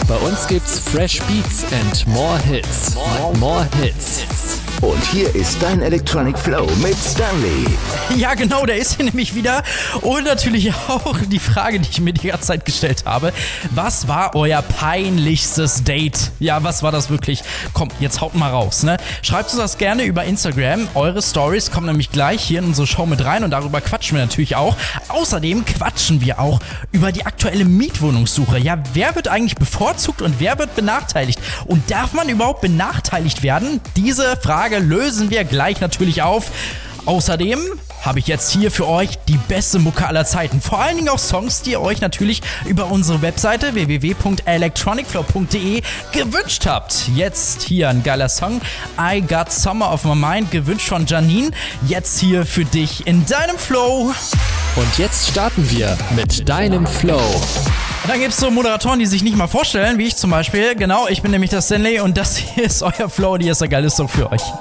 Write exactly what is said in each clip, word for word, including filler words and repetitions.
Bei uns gibt's Fresh Beats and more Hits. More, more Hits. Und hier ist dein Electronic Flow mit Stanley. Ja, genau, der ist hier nämlich wieder. Und natürlich auch die Frage, die ich mir die ganze Zeit gestellt habe. Was war euer peinlichstes Date? Ja, was war das wirklich? Komm, jetzt haut mal raus, ne? Schreibt uns das gerne über Instagram. Eure Stories kommen nämlich gleich hier in unsere Show mit rein und darüber quatschen wir natürlich auch. Außerdem quatschen wir auch über die aktuelle Mietwohnungssuche. Ja, wer wird eigentlich bevorzugt und wer wird benachteiligt? Und darf man überhaupt benachteiligt werden? Diese Frage lösen wir gleich natürlich auf. Außerdem habe ich jetzt hier für euch die beste Mucke aller Zeiten. Vor allen Dingen auch Songs, die ihr euch natürlich über unsere Webseite w w w punkt electronic flow punkt d e gewünscht habt. Jetzt hier ein geiler Song. I Got Summer of My Mind, gewünscht von Janine. Jetzt hier für dich in deinem Flow. Und jetzt starten wir mit deinem Flow. Und dann gibt es so Moderatoren, die sich nicht mal vorstellen, wie ich zum Beispiel. Genau, ich bin nämlich der Stanley und das hier ist euer Flow. Die ist ein geiles Song für euch.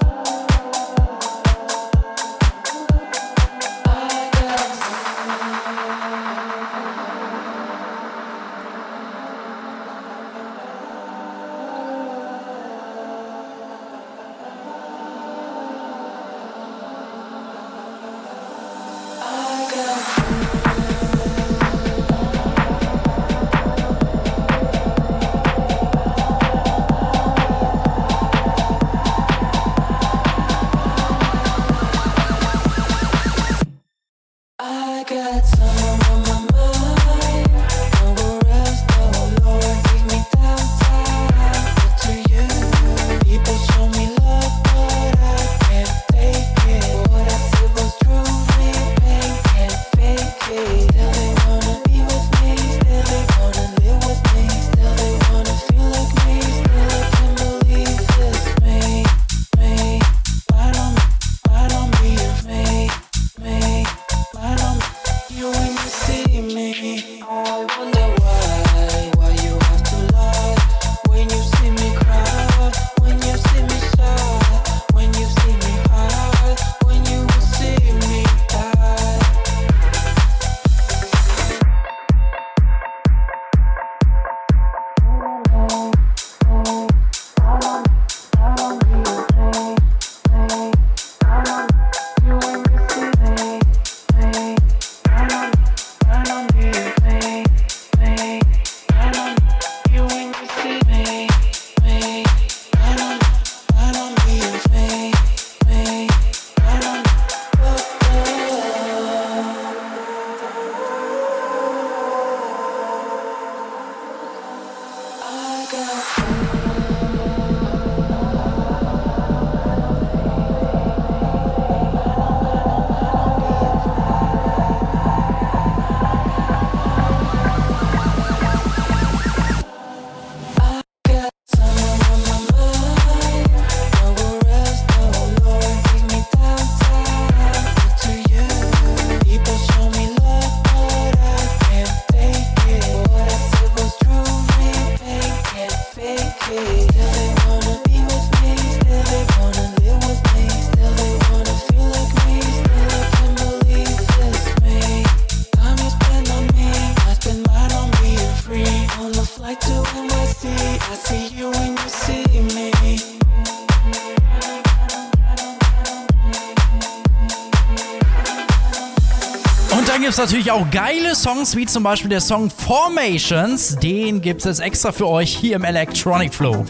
Dann gibt es natürlich auch geile Songs, wie zum Beispiel der Song Formations. Den gibt es extra für euch hier im Electronic Flow.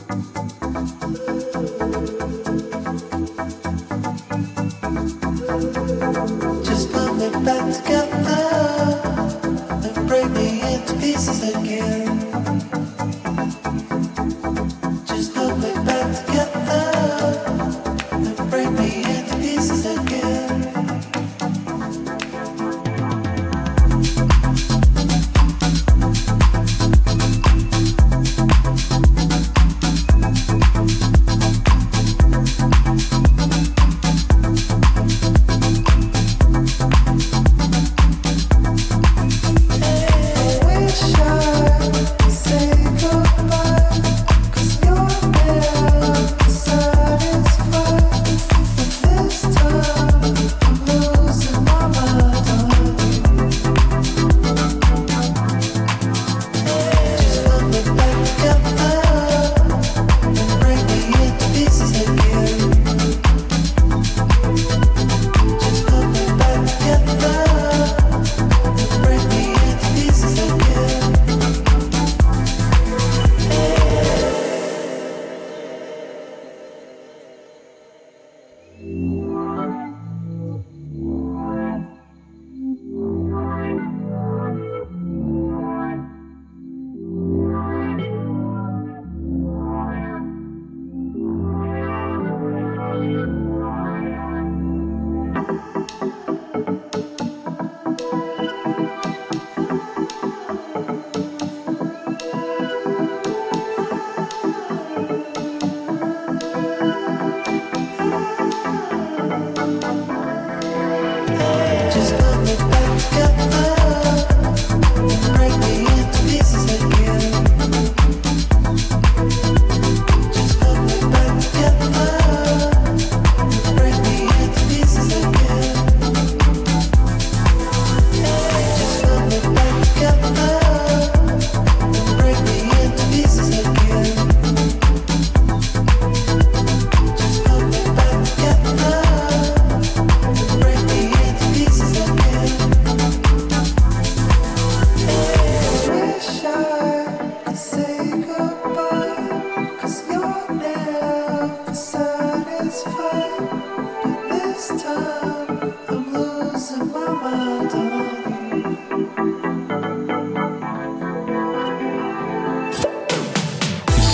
Just put me back together and break me into pieces again. Just put me back together and break me into pieces again. Wish I could say goodbye.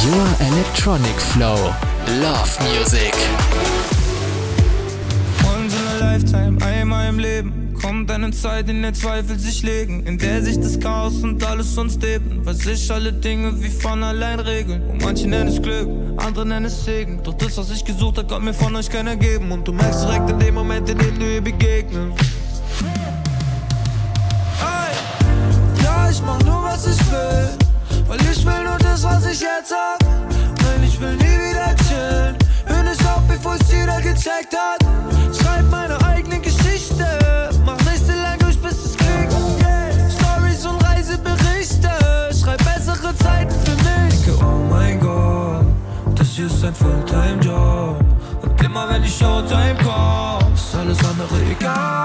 Your Electronic Flow. Love Music. Once in a lifetime, einmal im Leben kommt eine Zeit, in der Zweifel sich legen, in der sich das Chaos und alles uns leben, weil sich alle Dinge wie von allein regeln. Und manche nennen es Glück, andere nennen es Segen. Doch das, was ich gesucht hab, kann mir von euch keiner geben. Und du merkst direkt in dem Moment, in dem du ihr begegnest. Hey, ja, ich mach nur, was ich will, weil ich will nur das, was ich jetzt hab. Nein, ich will nie wieder chillen. Hör nicht auf, bevor es jeder gecheckt hat. Schreib meine eigene Geschichte, mach nächste lang durch, bis es klingt. Stories und Reiseberichte, schreib bessere Zeiten für mich. Denke, oh mein Gott, das hier ist ein Fulltime-Job. Und immer wenn die Showtime kommt, ist alles andere egal.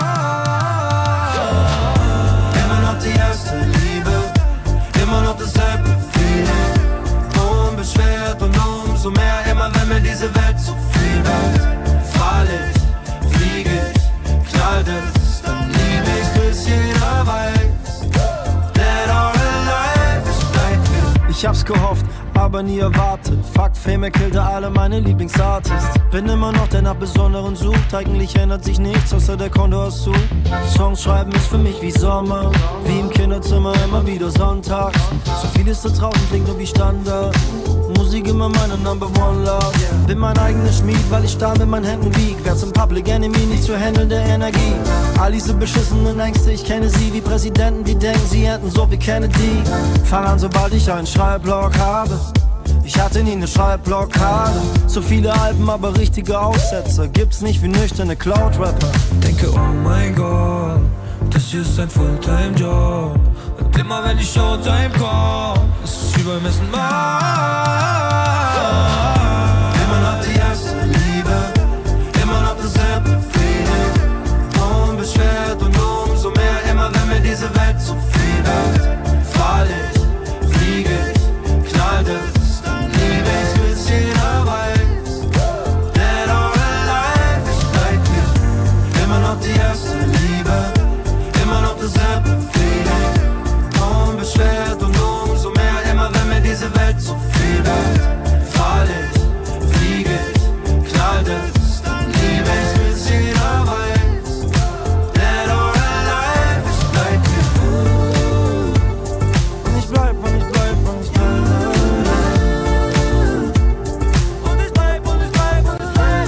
Immer noch die erste Liebe, immer noch dasselbe Feeling. Unbeschwert und umso mehr, immer wenn mir diese Welt zu viel wird. Fall ich, fliege ich, knallt es, dann liebe ich, bis jeder weiß. Dead or alive, ich bleib mir. Ich hab's gehofft, aber nie erwartet. Fuck, Fame, er killte alle meine Lieblingsartists. Bin immer noch der nach Besonderen sucht. Eigentlich ändert sich nichts, außer der Kontoauszug. Songs schreiben ist für mich wie Sommer, wie im Kinderzimmer immer wieder sonntags. So vieles da draußen klingt nur wie Standard. Musik immer meine Number One Love. Bin mein eigener Schmied, weil ich da mit meinen Händen wieg. Wer zum Public Enemy nicht zu handelnde Energie. All diese beschissenen Ängste, ich kenne sie wie Präsidenten, die denken, sie hätten so wie Kennedy. Fang an, sobald ich einen Schreibblock habe. Ich hatte nie eine Schreibblockade. So viele Alben, aber richtige Aussetzer gibt's nicht wie nüchterne Cloud-Rapper. Denke, oh mein Gott, das hier ist ein Fulltime-Job. Und immer wenn die Showtime kommt, ist es wie beim Essen mal. Immer noch die erste Liebe, immer noch dasselbe Feeling. Unbeschwert und umso mehr, immer wenn mir diese Welt zu viel wird. Fall ich, fliege ich, knallt es, dann liebe ich, bis jeder weiß. Dead or alive, ich bleib mir. Immer noch die erste Liebe, immer noch dasselbe Feeling. Unbeschwert und umso mehr, immer wenn mir diese Welt zu viel wird. Fall ich, fliege ich, knallt es, dann liebe ich, bis jeder weiß. Dead or alive, ich bleib mir. Und ich bleib, und ich bleib, und ich bleib. Und ich bleib, und ich bleib, und ich bleib.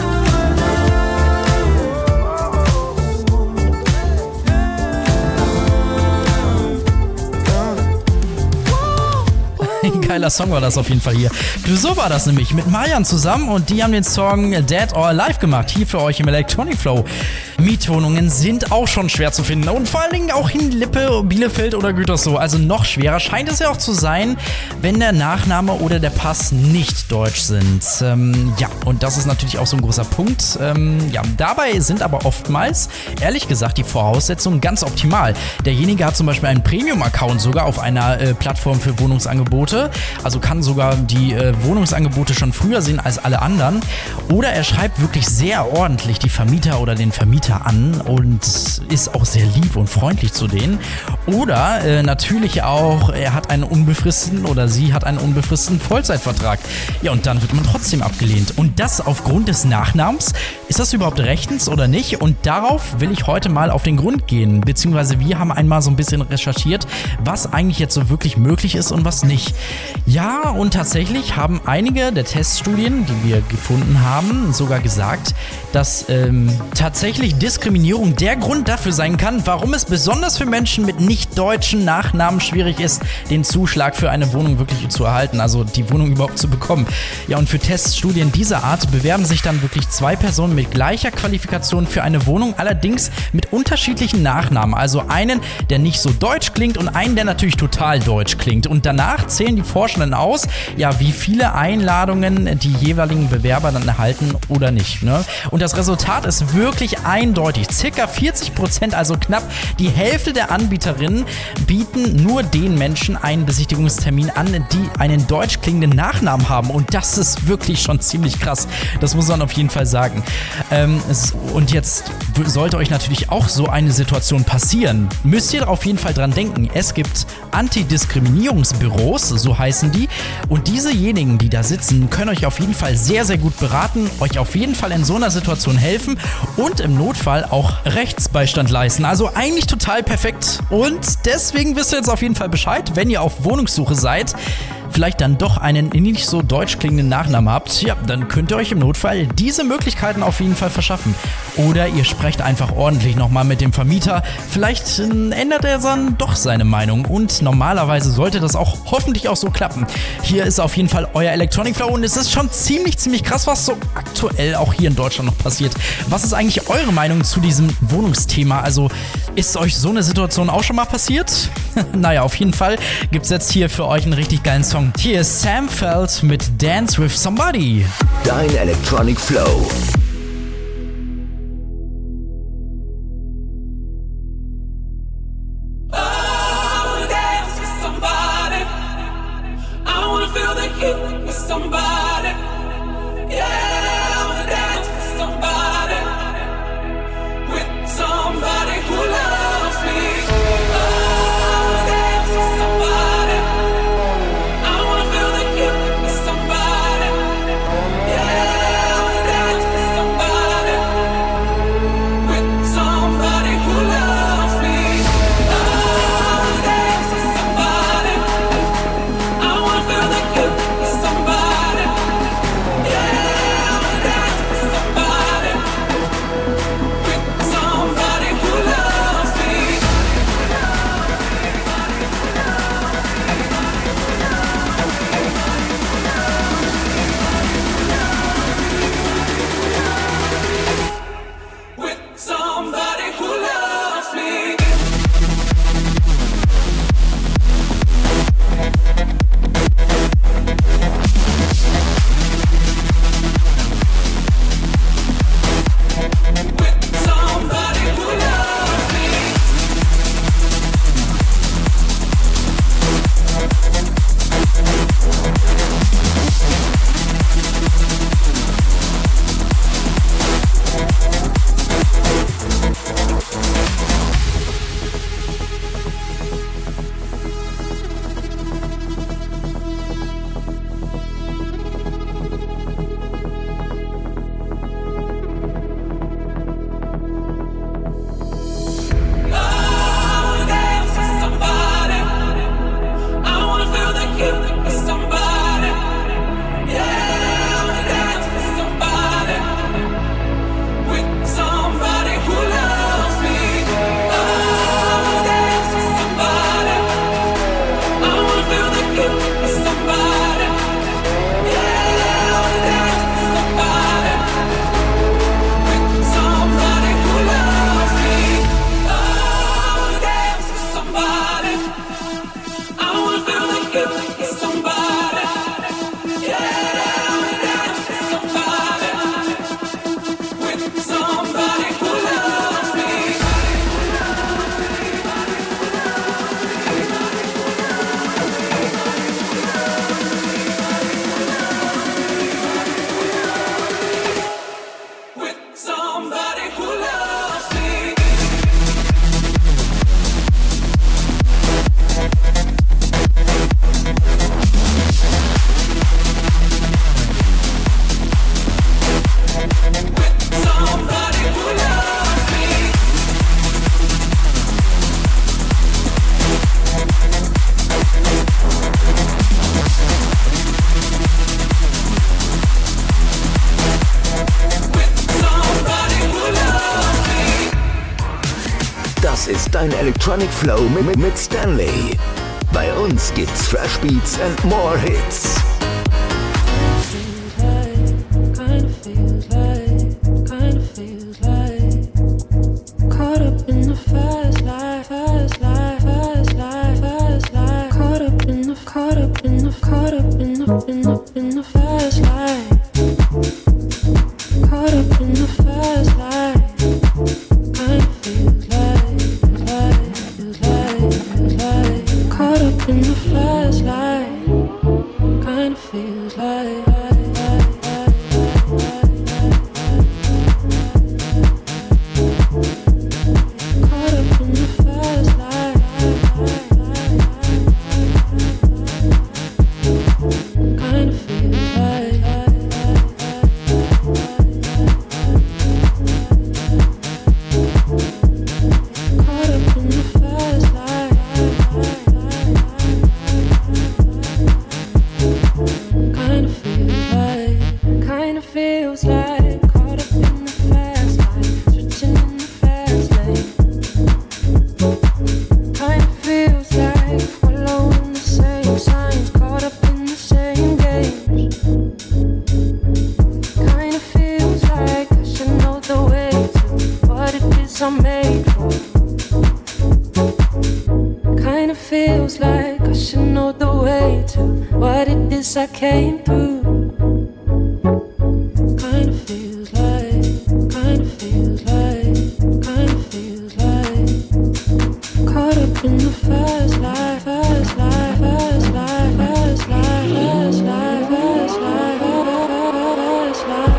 Ein geiler Song war das auf jeden Fall hier. So war das nämlich mit Marian zusammen und die haben den Song Dead or Alive gemacht. Hier für euch im Electronic Flow. Mietwohnungen sind auch schon schwer zu finden und vor allen Dingen auch in Lippe, Bielefeld oder Gütersloh. Also noch schwerer scheint es ja auch zu sein, wenn der Nachname oder der Pass nicht deutsch sind. Ähm, ja, und das ist natürlich auch so ein großer Punkt. Ähm, ja, dabei sind aber oftmals, ehrlich gesagt, die Voraussetzungen ganz optimal. Derjenige hat zum Beispiel einen Premium-Account sogar auf einer äh, Plattform für Wohnungsangebote. Also kann sogar die äh, Wohnungsangebote schon früher sehen als alle anderen. Oder er schreibt wirklich sehr ordentlich die Vermieter oder den Vermieter an und ist auch sehr lieb und freundlich zu denen. Oder äh, natürlich auch, er hat einen unbefristeten oder sie hat einen unbefristeten Vollzeitvertrag. Ja, und dann wird man trotzdem abgelehnt. Und das aufgrund des Nachnamens. Ist das überhaupt rechtens oder nicht? Und darauf will ich heute mal auf den Grund gehen. Beziehungsweise wir haben einmal so ein bisschen recherchiert, was eigentlich jetzt so wirklich möglich ist und was nicht. Ja, und tatsächlich haben einige der Teststudien, die wir gefunden haben, sogar gesagt, dass ähm, tatsächlich Diskriminierung der Grund dafür sein kann, warum es besonders für Menschen mit nicht deutschen Nachnamen schwierig ist, den Zuschlag für eine Wohnung wirklich zu erhalten, also die Wohnung überhaupt zu bekommen. Ja, und für Teststudien dieser Art bewerben sich dann wirklich zwei Personen mit gleicher Qualifikation für eine Wohnung, allerdings mit unterschiedlichen Nachnamen. Also einen, der nicht so deutsch klingt und einen, der natürlich total deutsch klingt. Und danach zählen die Forschenden aus, ja, wie viele Einladungen die jeweiligen Bewerber dann erhalten oder nicht. Ne? Und das Resultat ist wirklich eindeutig. Circa vierzig Prozent, also knapp die Hälfte der Anbieterinnen, bieten nur den Menschen einen Besichtigungstermin an, die einen deutsch klingenden Nachnamen haben. Und das ist wirklich schon ziemlich krass. Das muss man auf jeden Fall sagen. Ähm, es, und jetzt sollte euch natürlich auch so eine Situation passieren, müsst ihr auf jeden Fall dran denken. Es gibt Antidiskriminierungsbüros, so heißen die. Und diesejenigen, die da sitzen, können euch auf jeden Fall sehr, sehr gut beraten, euch auf jeden Fall in so einer Situation helfen und im Notfall auch Rechtsbeistand leisten. Also eigentlich total perfekt. Und deswegen wisst ihr jetzt auf jeden Fall Bescheid, wenn ihr auf Wohnungssuche seid, vielleicht dann doch einen nicht so deutsch klingenden Nachnamen habt, ja, dann könnt ihr euch im Notfall diese Möglichkeiten auf jeden Fall verschaffen. Oder ihr sprecht einfach ordentlich nochmal mit dem Vermieter. Vielleicht äh, ändert er dann doch seine Meinung und normalerweise sollte das auch hoffentlich auch so klappen. Hier ist auf jeden Fall euer Electronic Flow und es ist schon ziemlich, ziemlich krass, was so aktuell auch hier in Deutschland noch passiert. Was ist eigentlich eure Meinung zu diesem Wohnungsthema? Also ist euch so eine Situation auch schon mal passiert? Naja, auf jeden Fall gibt es jetzt hier für euch einen richtig geilen Song. Hier ist Sam Feldt mit Dance with Somebody. Dein Electronic Flow. Das ist dein Electronic Flow mit, mit Stanley. Bei uns gibt's Fresh Beats and more Hits. know the way to what it is I came through. Kind of feels like, kind of feels like, kind of feels like caught up in the fast life, fast life, fast life, fast life, fast life, fast life, fast life.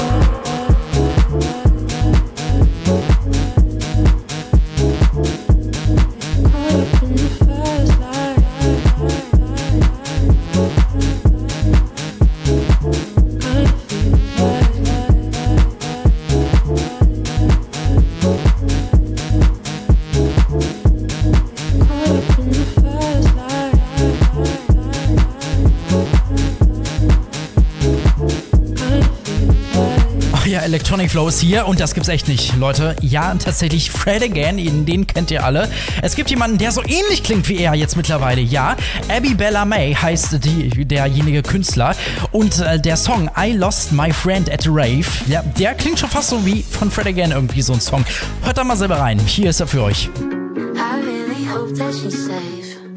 Electronic Flow ist hier und das gibt's echt nicht, Leute. Ja, tatsächlich Fred Again, den kennt ihr alle. Es gibt jemanden, der so ähnlich klingt wie er jetzt mittlerweile, ja. Abby Bella May heißt die, derjenige Künstler. Und äh, der Song I Lost My Friend at a Rave, ja, der klingt schon fast so wie von Fred Again irgendwie so ein Song. Hört da mal selber rein, hier ist er für euch. I really hope that she's safe.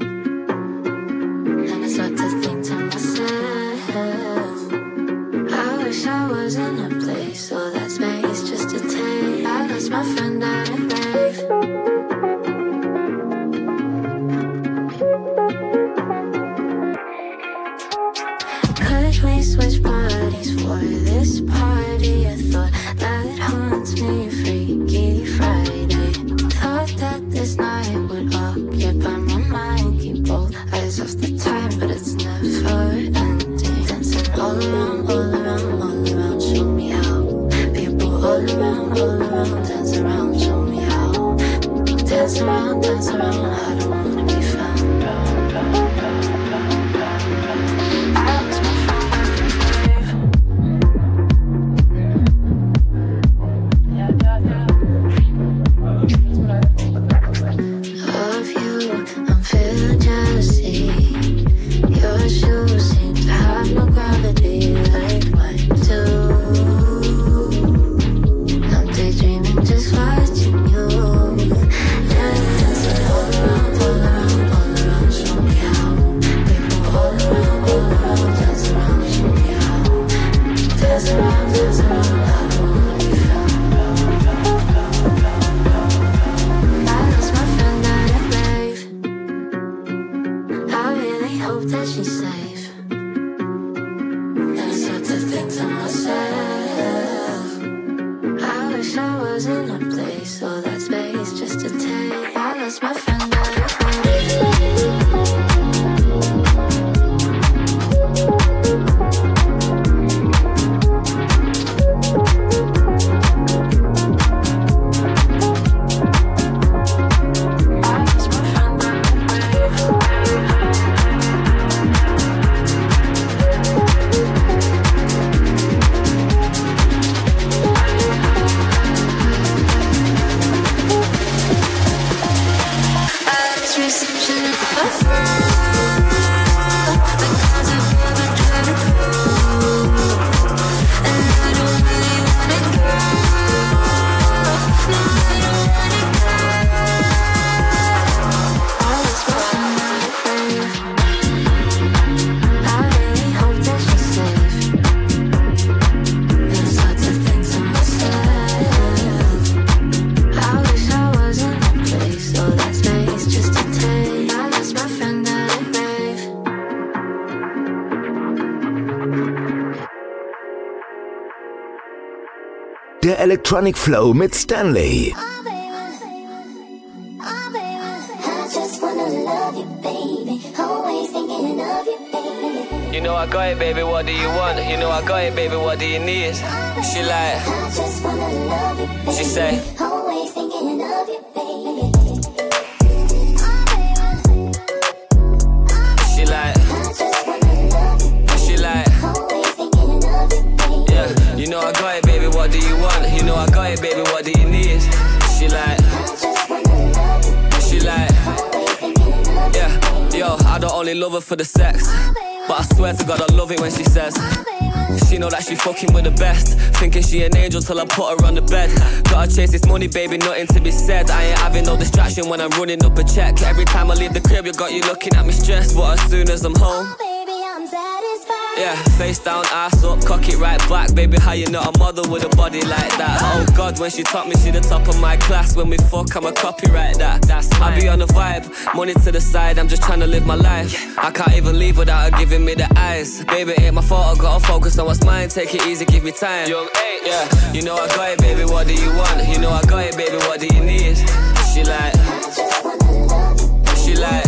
And I start to think to myself, I wish I was in a place so that space just to take. I lost my friend out in rave. Could we switch bodies for this party? I thought that it haunts me, Freaky Friday. Thought that this night would occupy my mind. Keep both eyes off the time, but it's never ending. Dancing all around, all around, all around, show me how. People all around, all around, dance around, show me how. Dance around, dance around, I don't wanna be found. I was my of you, I'm feeling jealousy. Your shoes seem to have no gravity like mine do. I'm daydreaming, just watching you. Yeah, dancing all around, all around, all around, show me how. People all around, all around, dance around, show me how. Dance around, dance around, I don't wanna be found. I lost my friend at a rave. I really hope that she's safe. And I start to think to myself, I wish I was in a place so that space just to take. I lost my friend at a rave. I lost my friend at a rave. Der Electronic Flow mit Stanley. You know I got it, baby, what do you want? You know I got it, baby, what do you need? She like, she say, she like, she like, yeah. You know I got it, baby, what do you want? You know I got it, baby, what do you need? She like, she like, yeah. Yo, I don't only love her for the sex. but I swear to God I love it when she says she know that she fucking with the best. Thinking she an angel till I put her on the bed. Gotta chase this money, baby, nothing to be said. I ain't having no distraction when I'm running up a check. Every time I leave the crib, you got you looking at me stressed. But as soon as I'm home, yeah, face down, ass up, cock it right back. Baby, how you not a mother with a body like that? Oh God, when she taught me, she the top of my class. When we fuck, I'm a copyright that. That's I be on the vibe, money to the side, I'm just trying to live my life. I can't even leave without her giving me the eyes. Baby, ain't my fault, I gotta focus on what's mine. Take it easy, give me time. Young eight, yeah, you know I got it, baby, what do you want? You know I got it, baby, what do you need? She like, she like,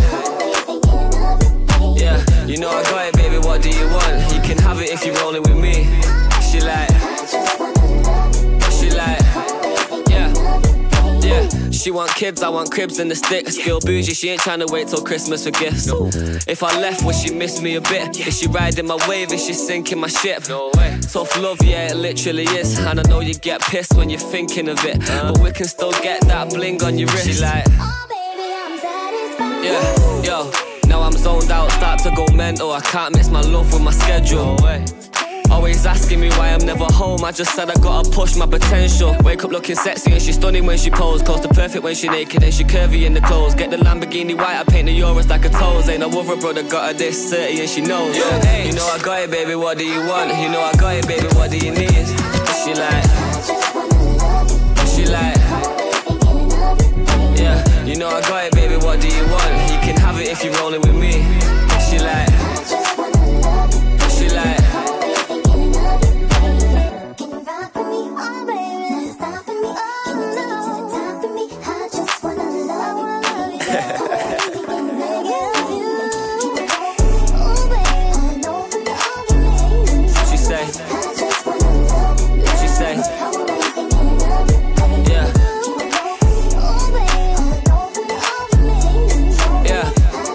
yeah, you know I got it, baby, what do you want? You can have it if you're rolling with me. She like, she like, yeah, yeah. She want kids, I want cribs and the sticks. Still bougie, she ain't tryna wait till Christmas for gifts. If I left, would she miss me a bit? Is she riding my wave? Is she sinking my ship? No way. Tough love, yeah, it literally is. And I know you get pissed when you're thinking of it, but we can still get that bling on your wrist. She like, yeah, yo. Now I'm zoned out, start to go mental. I can't mix my love with my schedule. No way. Always asking me why I'm never home. I just said I gotta push my potential. Wake up looking sexy and she's stunning when she pose. Close to perfect when she naked and she curvy in the clothes. Get the Lamborghini white, I paint the Euros like a toes. Ain't no other brother got her this thirty and she knows. Yeah. You know I got it, baby, what do you want? You know I got it, baby, what do you need? She like, she like, yeah, you know I got it, baby, what do you want? You can have it if you're rolling with me. She like, she like, she say, she say, yeah. Yeah.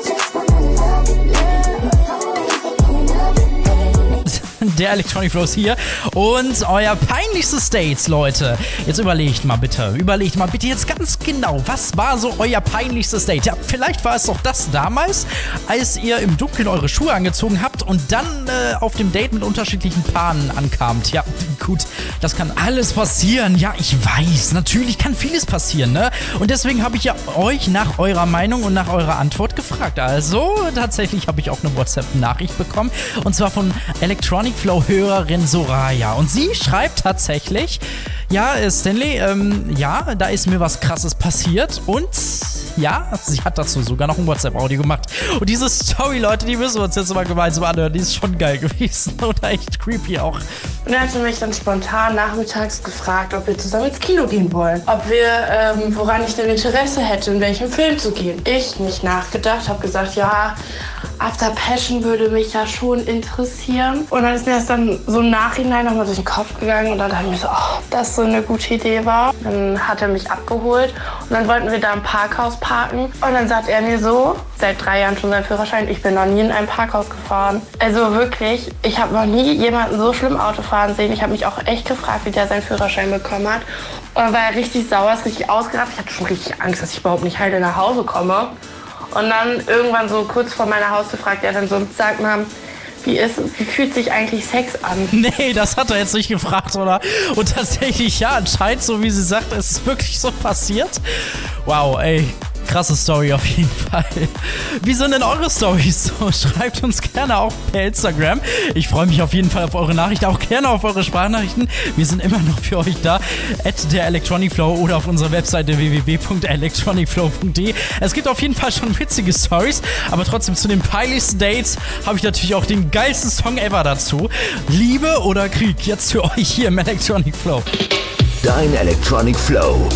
Der Electronic Flow ist hier und euer peinlichstes Date, Leute. Jetzt überlegt mal bitte, überlegt mal bitte jetzt ganz genau, was war so euer peinlichstes Date? Ja, vielleicht war es doch das damals, als ihr im Dunkeln eure Schuhe angezogen habt und dann äh, auf dem Date mit unterschiedlichen Paaren ankamt. Ja, gut, das kann alles passieren. Ja, ich weiß, natürlich kann vieles passieren, ne? Und deswegen habe ich ja euch nach eurer Meinung und nach eurer Antwort gefragt. Also, tatsächlich habe ich auch eine WhatsApp-Nachricht bekommen und zwar von Electronic Flow-Hörerin Soraya. Und sie schreibt tatsächlich, ja, Stanley, ähm, ja, da ist mir was Krasses passiert und ja, sie hat dazu sogar noch ein WhatsApp-Audio gemacht. Und diese Story, Leute, die müssen wir uns jetzt mal gemeinsam anhören. Die ist schon geil gewesen oder echt creepy auch. Und er hatte mich dann spontan nachmittags gefragt, ob wir zusammen ins Kino gehen wollen. Ob wir, ähm, woran ich denn Interesse hätte, in welchem Film zu gehen. Ich nicht nachgedacht, habe gesagt, ja, After Passion würde mich ja schon interessieren. Und dann ist mir das dann so im Nachhinein nochmal durch den Kopf gegangen. Und dann dachte ich mir so, oh, das so eine gute Idee war. Dann hat er mich abgeholt und dann wollten wir da im Parkhaus parken. Und dann sagt er mir so, seit drei Jahren schon sein Führerschein, ich bin noch nie in einem Parkhaus gefahren. Also wirklich, ich habe noch nie jemanden so schlimm Auto fahren sehen. Ich habe mich auch echt gefragt, wie der seinen Führerschein bekommen hat. Und dann war er richtig sauer, ist richtig ausgerastet. Ich hatte schon richtig Angst, dass ich überhaupt nicht heile nach Hause komme. Und dann irgendwann so kurz vor meiner Haustür fragt er dann so, sag mal, wie, ist, wie fühlt sich eigentlich Sex an? Nee, das hat er jetzt nicht gefragt, oder? Und tatsächlich, ja, anscheinend, so wie sie sagt, ist es wirklich so passiert. Wow, ey. Krasse Story auf jeden Fall. Wie sind denn eure Storys so? Schreibt uns gerne auch per Instagram. Ich freue mich auf jeden Fall auf eure Nachrichten, auch gerne auf eure Sprachnachrichten. Wir sind immer noch für euch da. At der Electronic Flow oder auf unserer Webseite w w w punkt electronic flow punkt d e. Es gibt auf jeden Fall schon witzige Stories, aber trotzdem zu den peinlichsten Dates habe ich natürlich auch den geilsten Song ever dazu. Liebe oder Krieg? Jetzt für euch hier im Electronic Flow. Dein Electronic Flow.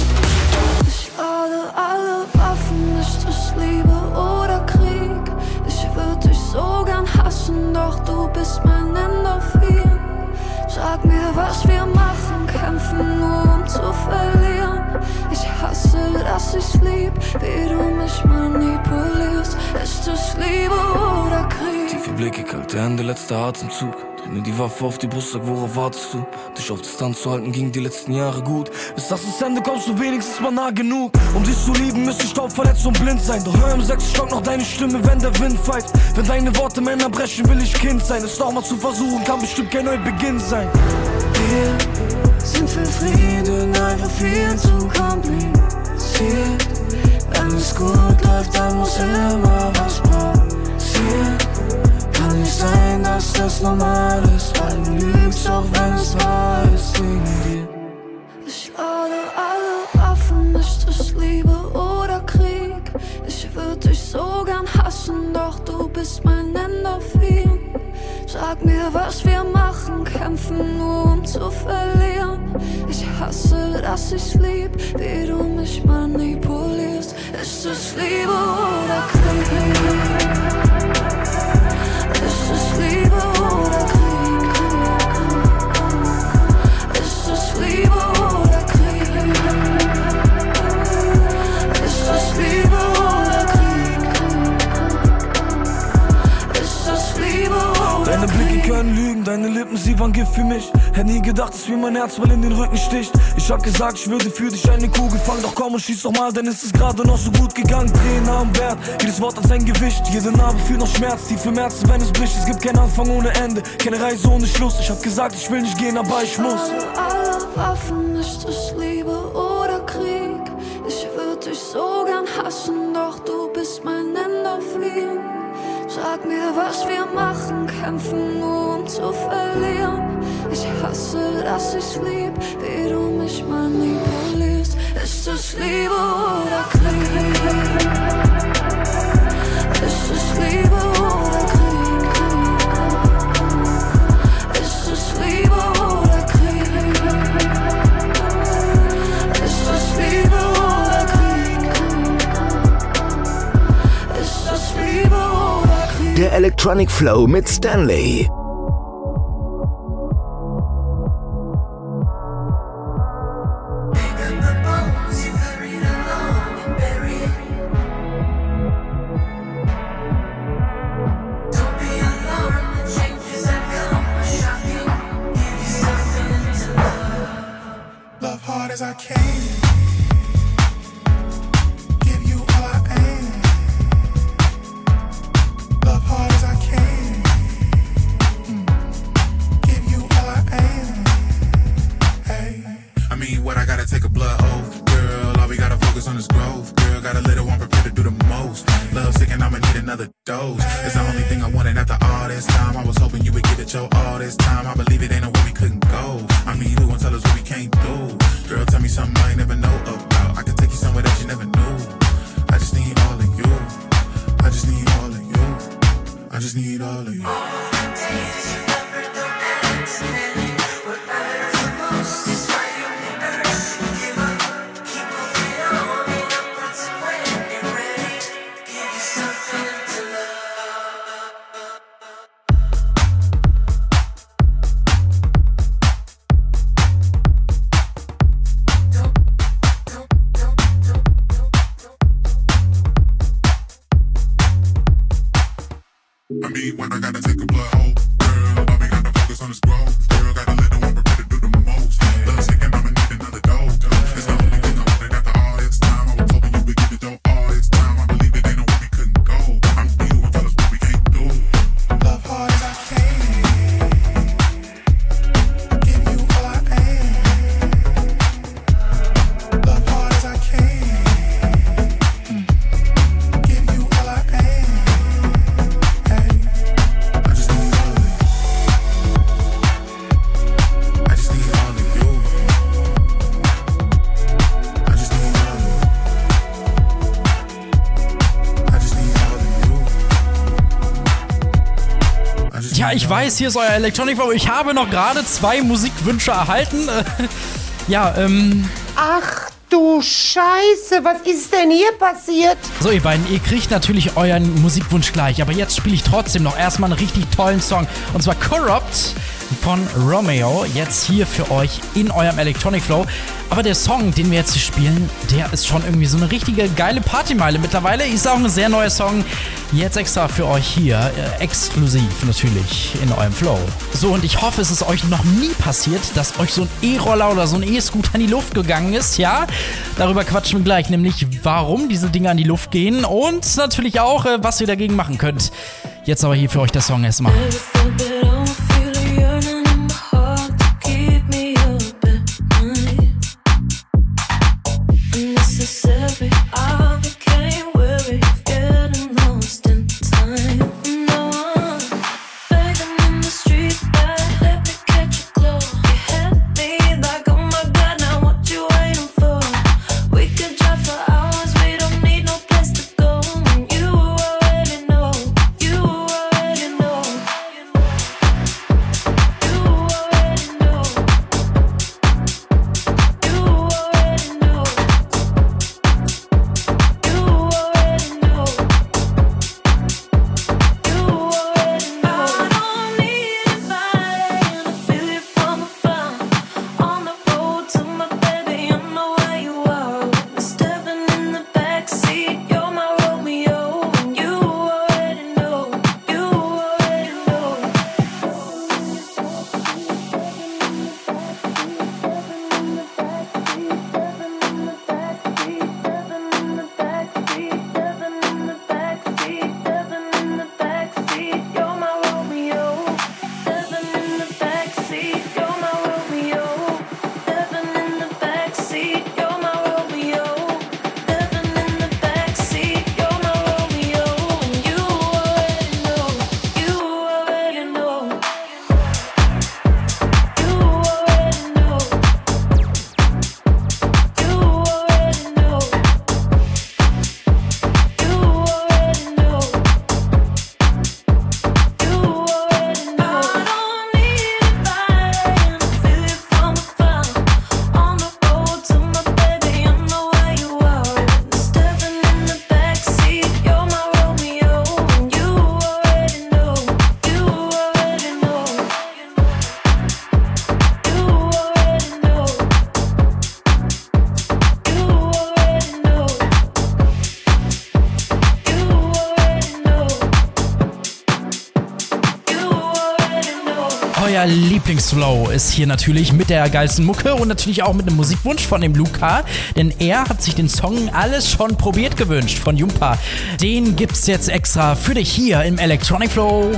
Doch du bist mein Endorphin. Sag mir, was wir machen, kämpfen nur um zu verlieren. Ich hasse, dass ich's lieb, wie du mich manipulierst. Ist es Liebe oder Krieg? Blicke kalt, der Hände, letzter Atemzug. Dreh mir die Waffe auf die Brust, sag, worauf wartest du? Dich auf Distanz zu halten, ging die letzten Jahre gut. Bis das ins Ende kommst du wenigstens mal nah genug. Um dich zu lieben, müsste ich staubverletzt und blind sein. Doch hör im sechsten Stock noch deine Stimme, wenn der Wind pfeift. Wenn deine Worte Männer brechen, will ich Kind sein. Es nochmal zu versuchen, kann bestimmt kein Neubeginn sein. Wir sind für Frieden einfach viel zu kompliziert. Wenn es gut läuft, dann muss immer was passieren. Kann nicht sein, dass das normal ist, weil du lügst, auch wenn es wahr ist wegen dir. Ich lade alle Waffen, ist es Liebe oder Krieg? Ich würde dich so gern hassen, doch du bist mein Endorphin. Sag mir, was wir machen, kämpfen nur um zu verlieren. Ich hasse, dass ich's lieb, wie du mich manipulierst. Ist es Liebe oder Krieg? Ist es Liebe oder Krieg? Ist es Liebe oder Krieg? Ist es Liebe oder Krieg? Ist es Liebe oder Krieg? Deine Blicke können lügen, deine Lippen, sie waren Gift für mich. Hätte nie gedacht, dass mir mein Herz mal in den Rücken sticht. Ich hab gesagt, ich würde für dich eine Kugel fangen. Doch komm und schieß doch mal, denn es ist gerade noch so gut gegangen. Tränen haben Wert, jedes Wort hat sein Gewicht. Jede Narbe fühlt noch Schmerz, tief im Herzen, wenn es bricht. Es gibt keinen Anfang ohne Ende, keine Reise ohne Schluss. Ich hab gesagt, ich will nicht gehen, aber ich muss. Alle Waffen, ist es Liebe oder Krieg? Ich würde dich so gern hassen, doch du bist mein Endorphin. Sag mir, was wir machen, kämpfen nur um zu verlieren. Ich hasse, dass ich's lieb, wie du mich manipulierst. Ist es Liebe oder Krieg? Ist es Liebe oder Krieg? Ist es Liebe oder Krieg? Ist es Liebe oder Krieg? Ist es Liebe oder Krieg? Der Electronic Flow mit Stanley. Ja, ich weiß, hier ist euer Electronic Flow. Ich habe noch gerade zwei Musikwünsche erhalten. Ja, ähm... Ach du Scheiße, was ist denn hier passiert? So, ihr beiden, ihr kriegt natürlich euren Musikwunsch gleich. Aber jetzt spiele ich trotzdem noch erstmal einen richtig tollen Song. Und zwar Corrupt von Romeo, jetzt hier für euch in eurem Electronic Flow. Aber der Song, den wir jetzt hier spielen, der ist schon irgendwie so eine richtige geile Partymeile mittlerweile. Ist auch ein sehr neuer Song, jetzt extra für euch hier, äh, exklusiv natürlich in eurem Flow. So, und ich hoffe, es ist euch noch nie passiert, dass euch so ein E-Roller oder so ein E-Scooter in die Luft gegangen ist, ja? Darüber quatschen wir gleich, nämlich warum diese Dinge an die Luft gehen und natürlich auch, äh, was ihr dagegen machen könnt. Jetzt aber hier für euch der Song erstmal. Euer Lieblingsflow ist hier natürlich mit der geilsten Mucke und natürlich auch mit einem Musikwunsch von dem Luca, denn er hat sich den Song Alles schon probiert gewünscht von Jumpa. Den gibt's jetzt extra für dich hier im Electronic Flow.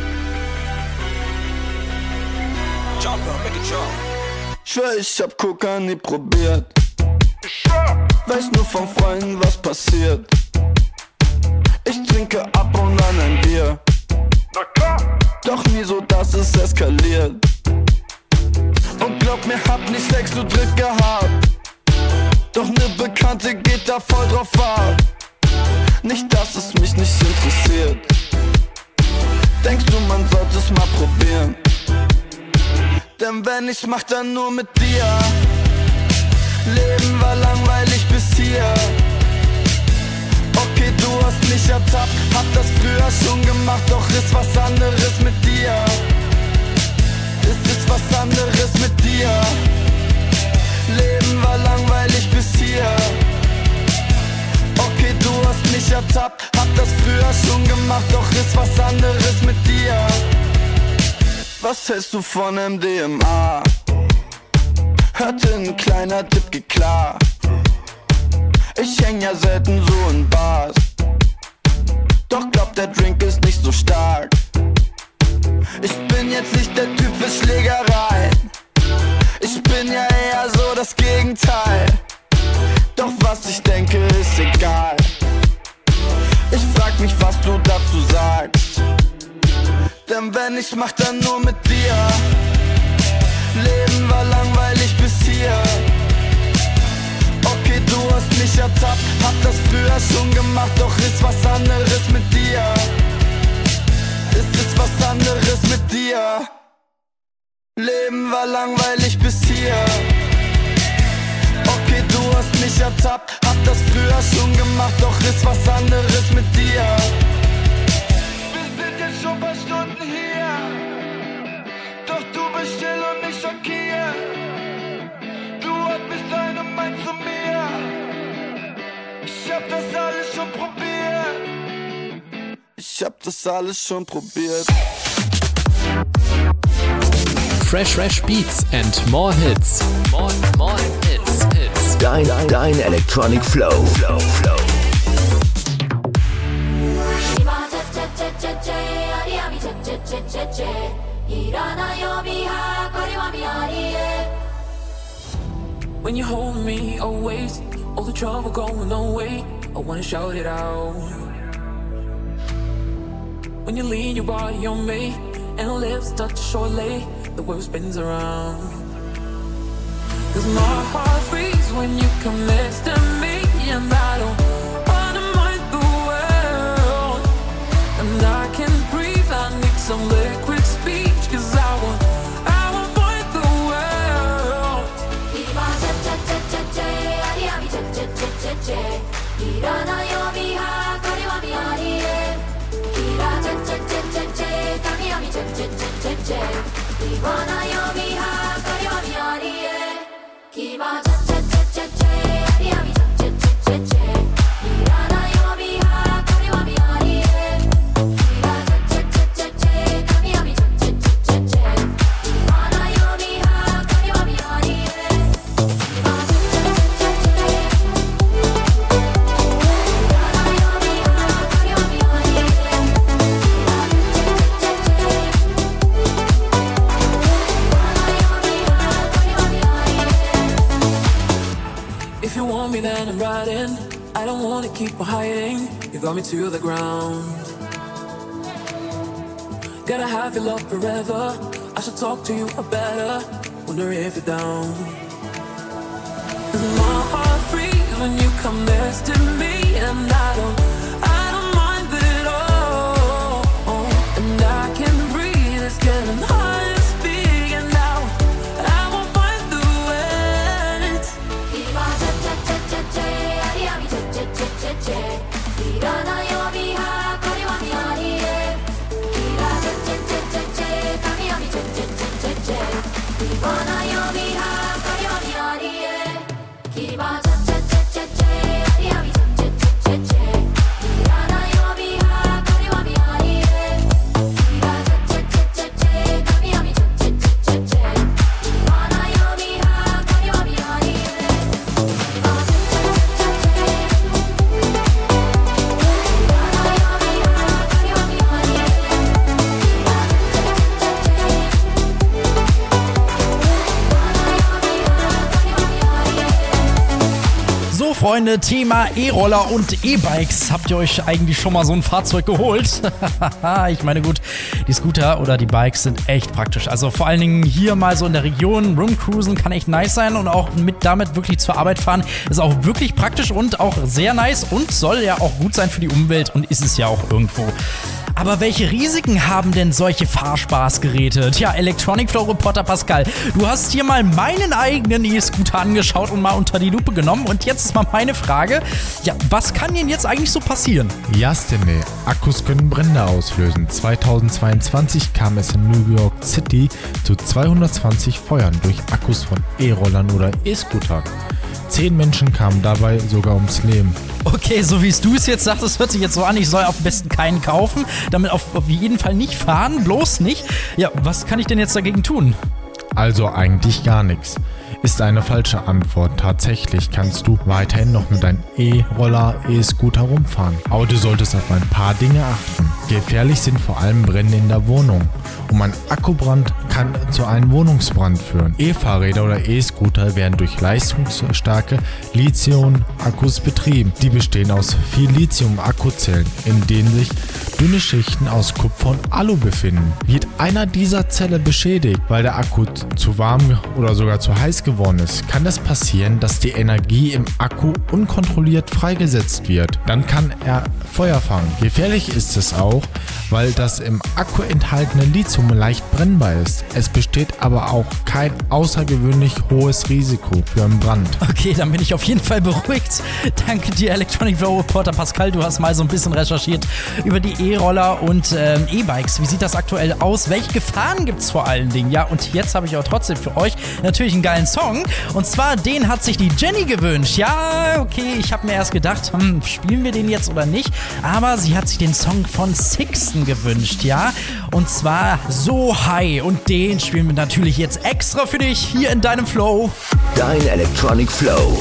Ich schwör, ich hab Coca nie probiert. Weiß nur von Freunden, was passiert. Ich trinke ab und an ein Bier. Doch nie so, dass es eskaliert. Und glaub mir, hab nicht Sex zu dritt gehabt. Doch ne Bekannte geht da voll drauf ab. Nicht, dass es mich nicht interessiert. Denkst du, man sollte es mal probieren? Denn wenn ich's mach, dann nur mit dir. Leben war langweilig bis hier. Okay, du hast mich ertappt, hab das früher schon gemacht, doch ist was anderes mit dir. Es ist was anderes mit dir. Leben war langweilig bis hier. Okay, du hast mich ertappt, hab das früher schon gemacht, doch ist was anderes mit dir. Was hältst du von M D M A? Hörte ein kleiner Tipp, geht klar. Ich häng ja selten so in Bars. Doch glaub, der Drink ist nicht so stark. Ich bin jetzt nicht der Typ für Schlägerei. Ich bin ja eher so das Gegenteil. Doch was ich denke, ist egal. Ich frag mich, was du dazu sagst. Denn wenn ich's mach, dann nur mit dir. Leben war langweilig bis hier. Okay, du hast mich ertappt, hab das früher schon gemacht, doch ist was anderes mit dir. Es ist was anderes mit dir. Leben war langweilig bis hier. Okay, du hast mich ertappt, hab das früher schon gemacht, doch ist was anderes mit dir. Wir sind jetzt schon ein paar Stunden hier, doch du ich hab das alles schon probiert. Fresh, fresh Beats and more Hits. More, more Hits, Hits. Dein, dein Electronic Flow. Flow, Flow. When you hold me always, all the trouble going away, I wanna shout it out. When you lean your body on me, and our lips touch shortly, the world spins around. Cause my heart freezes when you come next to me, and I don't wanna mind the world. And I can't breathe, I need some liquid speech, cause I want, I want find the world. If you want me, then I'm riding. I don't wanna keep on hiding. You got me to the ground. Gotta have your love forever. I should talk to you better. Wonder if you're down. My heart freezes when you come next to me, and I don't, I don't mind it all. And I can breathe. It's getting hard to speak, and now I won't find the words. Freunde, Thema E-Roller und E-Bikes. Habt ihr euch eigentlich schon mal so ein Fahrzeug geholt? Ich meine, gut, die Scooter oder die Bikes sind echt praktisch. Also vor allen Dingen hier mal so in der Region rumcruisen kann echt nice sein und auch mit damit wirklich zur Arbeit fahren ist auch wirklich praktisch und auch sehr nice und soll ja auch gut sein für die Umwelt und ist es ja auch irgendwo. Aber welche Risiken haben denn solche Fahrspaßgeräte? Tja, Electronic Flow Reporter Pascal, du hast hier mal meinen eigenen E-Scooter angeschaut und mal unter die Lupe genommen. Und jetzt ist mal meine Frage, ja, was kann denn jetzt eigentlich so passieren? Ja, Stanley, Akkus können Brände auslösen. zweitausendzweiundzwanzig kam es in New York City zu zweihundertzwanzig Feuern durch Akkus von E-Rollern oder E-Scootern. Zehn Menschen kamen dabei sogar ums Leben. Okay, so wie es du es jetzt sagst, das hört sich jetzt so an, ich soll auf besten keinen kaufen, damit auf, auf jeden Fall nicht fahren, bloß nicht. Ja, was kann ich denn jetzt dagegen tun? Also eigentlich gar nichts. Ist eine falsche Antwort. Tatsächlich kannst du weiterhin noch mit deinem E-Roller, E-Scooter rumfahren. Aber du solltest auf ein paar Dinge achten. Gefährlich sind vor allem Brände in der Wohnung. Und ein Akkubrand kann zu einem Wohnungsbrand führen. E-Fahrräder oder E-Scooter werden durch leistungsstarke Lithium-Akkus betrieben. Die bestehen aus vier Lithium-Akkuzellen, in denen sich dünne Schichten aus Kupfer und Alu befinden. Wird einer dieser Zelle beschädigt, weil der Akku zu warm oder sogar zu heiß geworden ist, kann es passieren, dass die Energie im Akku unkontrolliert freigesetzt wird. Dann kann er Feuer fangen. Gefährlich ist es auch, weil das im Akku enthaltene Lithium leicht brennbar ist. Es besteht aber auch kein außergewöhnlich hohes Risiko für einen Brand. Okay, dann bin ich auf jeden Fall beruhigt. Danke dir, Electronic Flow Reporter Pascal. Du hast mal so ein bisschen recherchiert über die E-Roller und ähm, E-Bikes. Wie sieht das aktuell aus? Welche Gefahren gibt es vor allen Dingen? Ja, und jetzt habe ich auch trotzdem für euch natürlich einen geilen Song. Und zwar, den hat sich die Jenny gewünscht. Ja, okay, ich habe mir erst gedacht, hm, spielen wir den jetzt oder nicht? Aber sie hat sich den Song von Sixten gewünscht, ja? Und zwar So High. Und den spielen wir natürlich jetzt extra für dich hier in deinem Flow. Dein Electronic Flow.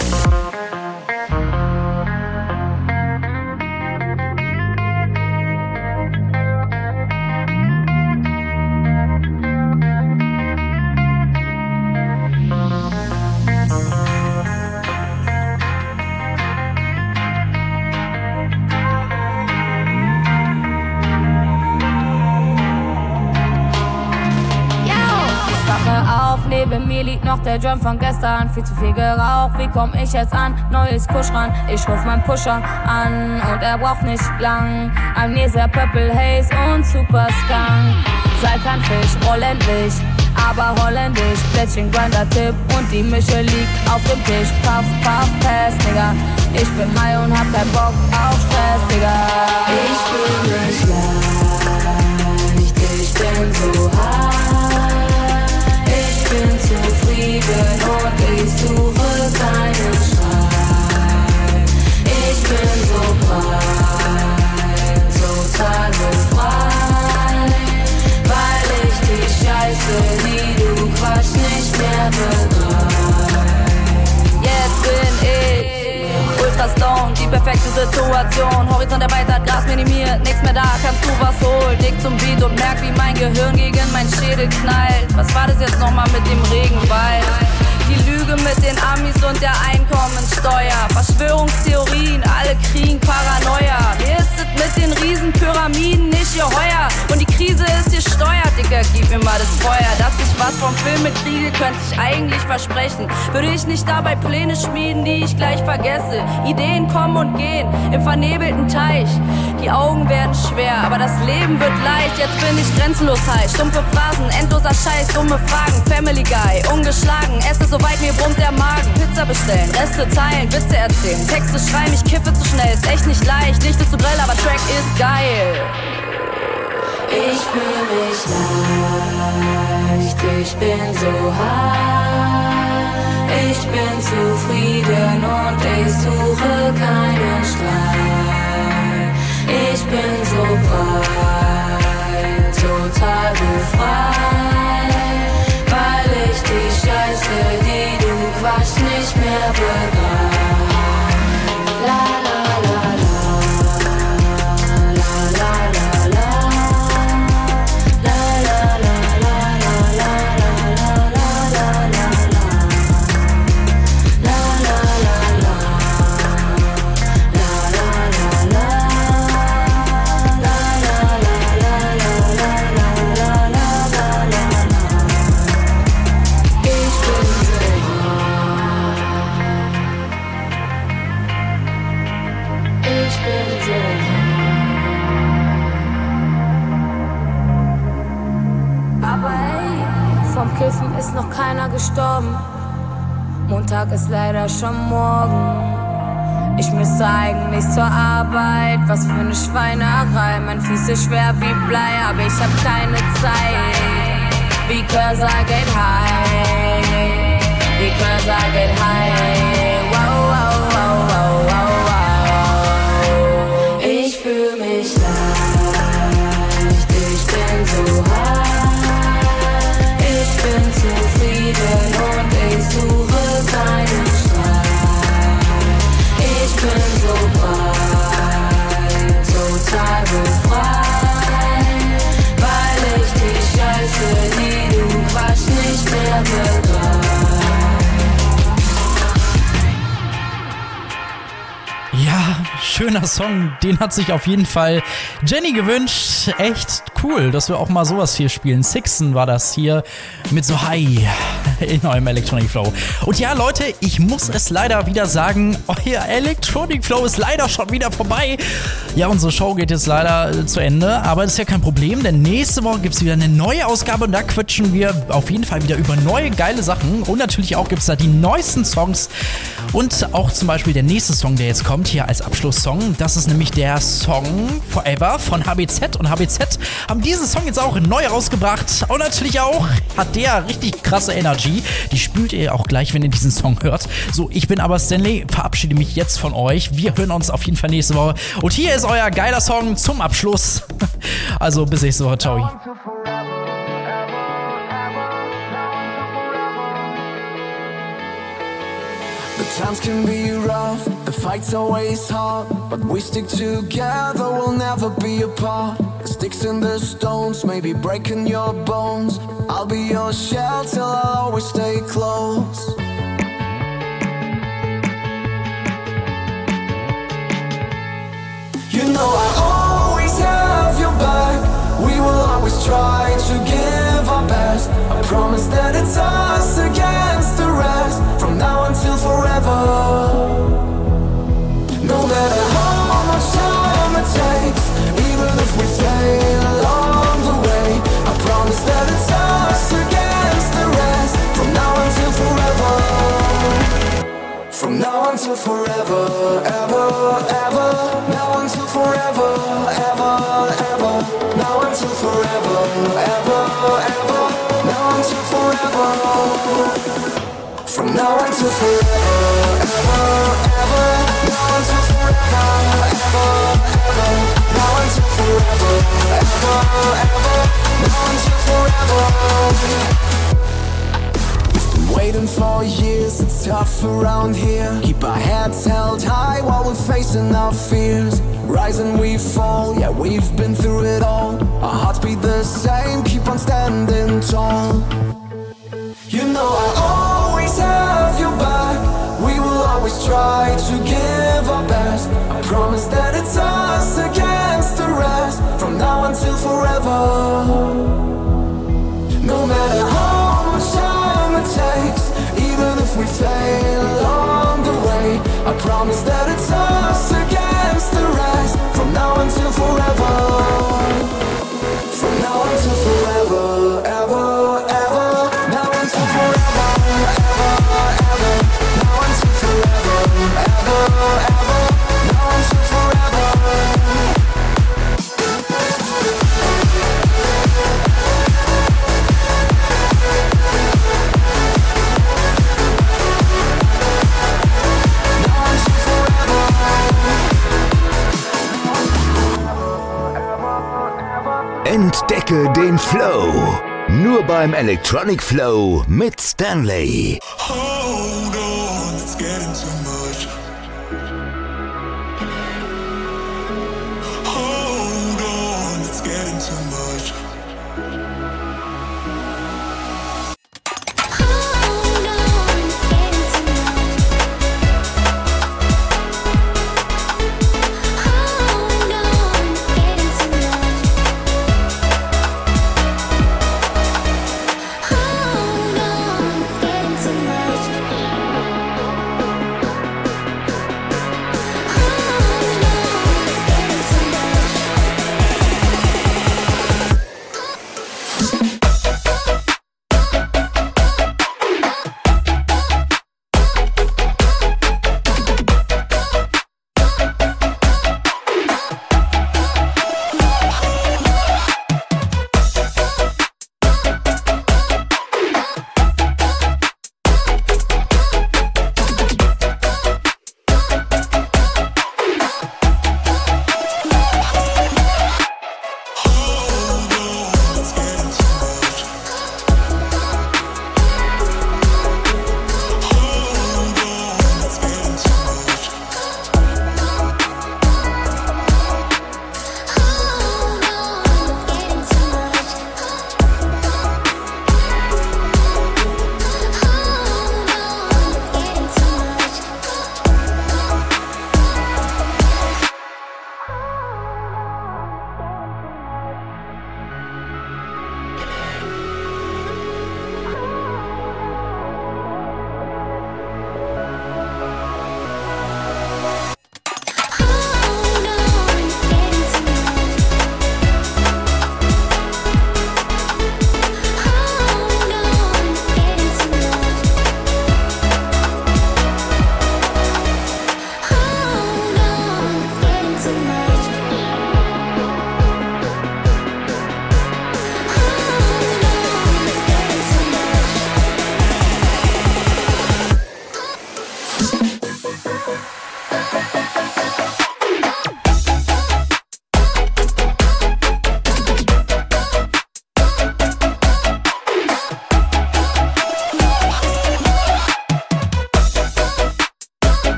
Neben mir liegt noch der Drum von gestern. Viel zu viel geraucht, wie komm ich jetzt an? Neues Kusch ran, ich ruf meinen Pusher an. Und er braucht nicht lang. Amnesia, Purple Haze und Super Skunk. Sei kein Fisch, ordentlich, aber holländisch. Plättchen, Grinder, Tipp und die Mische liegt auf dem Tisch. Puff, puff, pass, Digga. Ich bin high und hab keinen Bock auf Stress, Digga. Ich fühl mich leicht, ich bin so high. Ich bin zufrieden und ich suche keinen Streit. Ich bin so breit, total befreit, weil ich die Scheiße, die du quatsch, nicht mehr begreif. Jetzt bin ich ultra stone, die perfekte Situation. Horizont erweitert, Gras minimiert, nix mehr da, kannst du was holen. Dick zum Beat und merk, wie mein Gehirn gegen mein Schädel knallt. Was war das jetzt nochmal mit dem Regenwald? Die Lüge mit den Amis und der Einkommensteuer. Verschwörungstheorien, alle kriegen Paranoia. Mir ist es mit den Riesenpyramiden nicht geheuer. Und die Krise ist gesteuert, Dicker, gib mir mal das Feuer. Dass ich was vom Film mitkriege, könnte ich eigentlich versprechen. Würde ich nicht dabei Pläne schmieden, die ich gleich vergesse. Ideen kommen und gehen im vernebelten Teich. Die Augen werden schwer, aber das Leben wird leicht. Jetzt bin ich grenzenlos high. Stumpfe Phrasen, endloser Scheiß, dumme Fragen. Family Guy, ungeschlagen, esse soweit mir brummt der Magen. Pizza bestellen, Reste teilen, Witze erzählen. Texte schreiben, ich kiffe zu schnell, ist echt nicht leicht. Licht ist zu grell, aber Track ist geil. Ich fühl mich leicht, ich bin so high. Ich bin zufrieden und ich suche keinen Streit. Ich bin so breit, total befreit, weil ich die Scheiße, die du quatsch, nicht mehr begreif. La la la la, la la la la, la la la la la la la la la Kiffen ist noch keiner gestorben. Montag ist leider schon morgen. Ich müsste eigentlich zur Arbeit. Was für eine Schweinerei. Mein Fuß ist schwer wie Blei, aber ich hab keine Zeit. Because I get high. Because I get high. Wow, wow, wow, wow, wow, wow. Ich fühl mich leicht. Ich bin so high. Ich bin zufrieden und ich suche keinen Streit. Ich bin so breit, total befreit, weil ich die Scheiße, die du quatsch, nicht mehr begreif. Ja, schöner Song, den hat sich auf jeden Fall Jenny gewünscht. Echt cool, dass wir auch mal sowas hier spielen. Sixen war das hier mit so High in eurem Electronic Flow. Und ja, Leute, ich muss es leider wieder sagen, euer Electronic Flow ist leider schon wieder vorbei. Ja, unsere Show geht jetzt leider zu Ende, aber das ist ja kein Problem, denn nächste Woche gibt es wieder eine neue Ausgabe und da quatschen wir auf jeden Fall wieder über neue geile Sachen und natürlich auch gibt es da die neuesten Songs und auch zum Beispiel der nächste Song, der jetzt kommt, hier als Abschlusssong, das ist nämlich der Song Forever von H B Z und H B Z haben diesen Song jetzt auch neu rausgebracht und natürlich auch hat der richtig krasse Energy, die spürt ihr auch gleich, wenn ihr diesen Song hört. So, ich bin aber Stanley, verabschiede mich jetzt von euch, wir hören uns auf jeden Fall nächste Woche und hier ist euer geiler Song zum Abschluss. Also bis nächste Woche, ciao. The times can be rough, the fight's always hard, but we stick together, we'll never be apart. The sticks and the stones may be breaking your bones, I'll be your shelter, I'll always stay close. You know I always have your back, we will always try to give our best. I promise that it's us against the rest, from now until forever. No matter how much time it takes, even if we fail along the way, I promise that it's us against the rest, from now until forever. From now until forever, ever, ever. Now until forever, ever, ever. Now until forever, ever, ever. Now until forever. From now until forever, ever, ever. Now until forever, ever, ever. Now until forever, ever, ever. Now until forever. Waiting for years, it's tough around here. Keep our heads held high while we're facing our fears. Rise and we fall, yeah, we've been through it all. Our hearts beat the same, keep on standing tall. You know I always have your back, we will always try to give our best. I promise that it's us against the rest, from now until forever. No matter how much time it takes, even if we fail along the way, I promise that it's us against the rest, from now until forever. From now until forever, ever, ever. Now until forever, ever, ever. Now until forever, ever, ever. Now until forever. Entdecke den Flow. Nur beim Electronic Flow mit Stanley. Hold on, let's get into